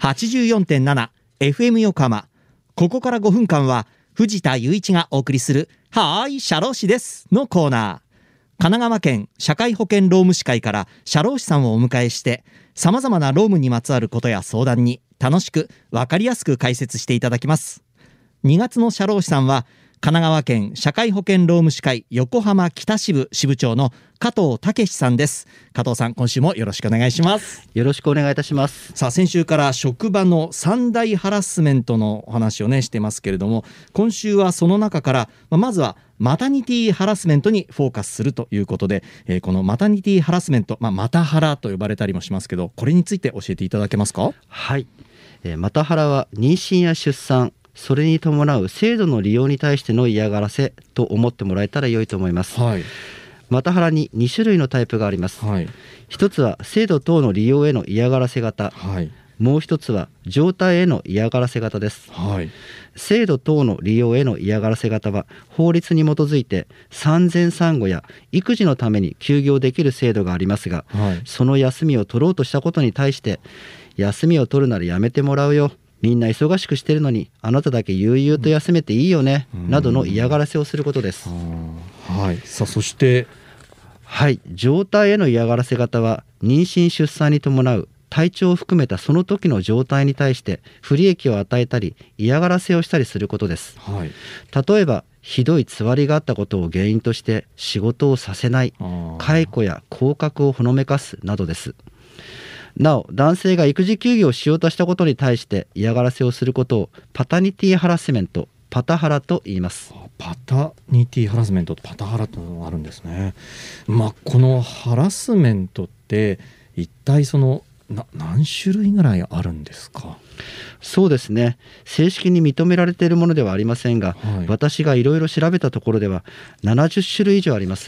84.7 FM 横浜。ここから5分間は藤田雄一がお送りするはーい社労士ですのコーナー。神奈川県社会保険労務士会から社労士さんをお迎えして、さまざまな労務にまつわることや相談に楽しく分かりやすく解説していただきます。2月の社労士さんは神奈川県社会保険労務士会横浜北支部支部長の加藤武さんです。加藤さん、今週もよろしくお願いします。 よろしくお願いいたします。 さあ、先週から職場の3大ハラスメントのお話をしてますけれども、今週はその中からまずはマタニティハラスメントにフォーカスするということで、このマタニティハラスメント、マタハラと呼ばれたりもしますけど、これについて教えていただけますか？ はい、マタハラは妊娠や出産、それに伴う制度の利用に対しての嫌がらせと思ってもらえたら良いと思います。マタハラに2種類のタイプがあります。一つは制度等の利用への嫌がらせ型、もう一つは状態への嫌がらせ型です。制度等の利用への嫌がらせ型は法律に基づいて産前産後や育児のために休業できる制度がありますが、その休みを取ろうとしたことに対して、休みを取るならやめてもらうよ、みんな忙しくしてるのにあなただけ悠々と休めていいよね、などの嫌がらせをすることです。 さあ、そして状態への嫌がらせ型は妊娠出産に伴う体調を含めたその時の状態に対して不利益を与えたり嫌がらせをしたりすることです。例えばひどいつわりがあったことを原因として仕事をさせない、解雇や降格をほのめかすなどです。なお、男性が育児休業をしようとしたことに対して嫌がらせをすることをパタニティハラスメント、パタハラと言います。 パタニティハラスメントとパタハラというのがあるんですね。このハラスメントって一体何種類ぐらいあるんですか？ そうですね、正式に認められているものではありませんが、私がいろいろ調べたところでは70種類以上あります。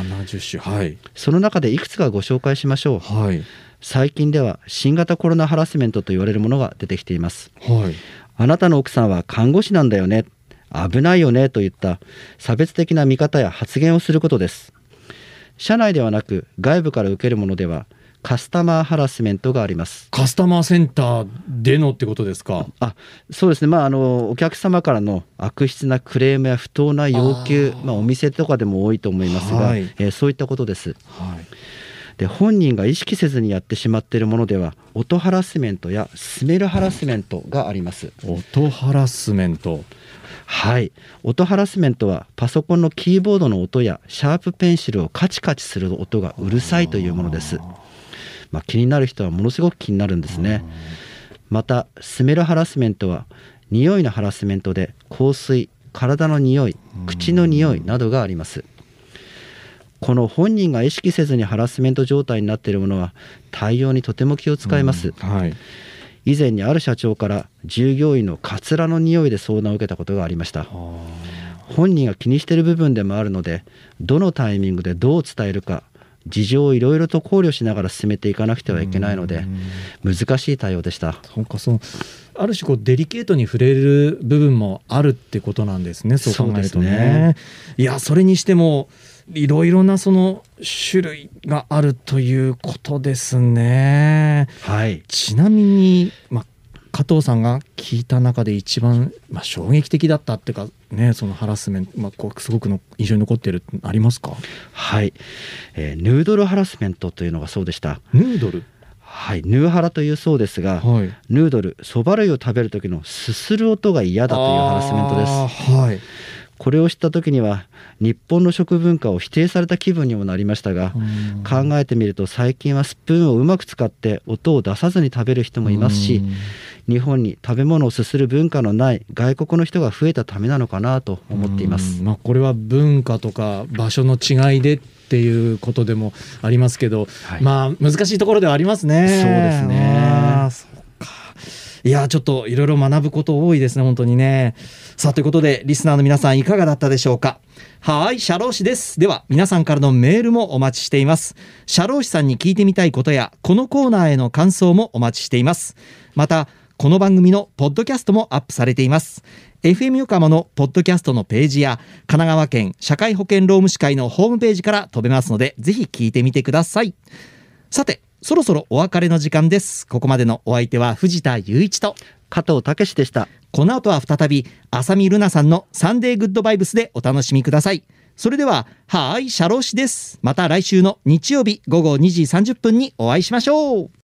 70種、 その中でいくつかご紹介しましょう。最近では新型コロナハラスメントと言われるものが出てきています。あなたの奥さんは看護師なんだよね、危ないよねといった差別的な見方や発言をすることです。社内ではなく外部から受けるものではカスタマーハラスメントがあります。 カスタマーセンターでのってことですか？ そうですね、お客様からの悪質なクレームや不当な要求、お店とかでも多いと思いますが、そういったことです。で、本人が意識せずにやってしまっているものでは音ハラスメントやスメルハラスメントがあります。 音ハラスメント、 音ハラスメントはパソコンのキーボードの音やシャープペンシルをカチカチする音がうるさいというものです。気になる人はものすごく気になるんですね。またスメルハラスメントは匂いのハラスメントで香水、体の匂い、口の匂いなどがあります。この本人が意識せずにハラスメント状態になっているものは対応にとても気を使います。以前にある社長から従業員のカツラの匂いで相談を受けたことがありました。本人が気にしている部分でもあるので、どのタイミングでどう伝えるか事情をいろいろと考慮しながら進めていかなくてはいけないので難しい対応でした。 ある種デリケートに触れる部分もあるってことなんですね。そう考えるとね。いや、それにしてもいろいろな種類があるということですね。ちなみに、加藤さんが聞いた中で一番、衝撃的だったっていうかね、そのハラスメント、すごく印象に残っているってありますか？ ヌードルハラスメントというのがそうでした。 ヌードル、 ヌーハラというそうですが、ヌードル、そば類を食べる時のすする音が嫌だというハラスメントです。これを知った時には日本の食文化を否定された気分にもなりましたが、考えてみると最近はスプーンをうまく使って音を出さずに食べる人もいますし、日本に食べ物をすする文化のない外国の人が増えたためなのかなと思っています。 これは文化とか場所の違いでっていうことでもありますけど、難しいところではありますね。 そうですね。 いや、ちょっといろいろ学ぶこと多いですね、本当にね。さあ、ということでリスナーの皆さんいかがだったでしょうか？社労士です。では皆さんからのメールもお待ちしています。社労士さんに聞いてみたいことやこのコーナーへの感想もお待ちしています。またこの番組のポッドキャストもアップされています。 FM 横浜のポッドキャストのページや神奈川県社会保険労務士会のホームページから飛べますので、ぜひ聞いてみてください。さて、 そろそろお別れの時間です。ここまでのお相手は藤田雄一と加藤武史でした。 この後は再び浅見ルナさんのサンデーグッドバイブスでお楽しみください。それでははーい、シャロー氏です。また来週の日曜日午後2時30分にお会いしましょう。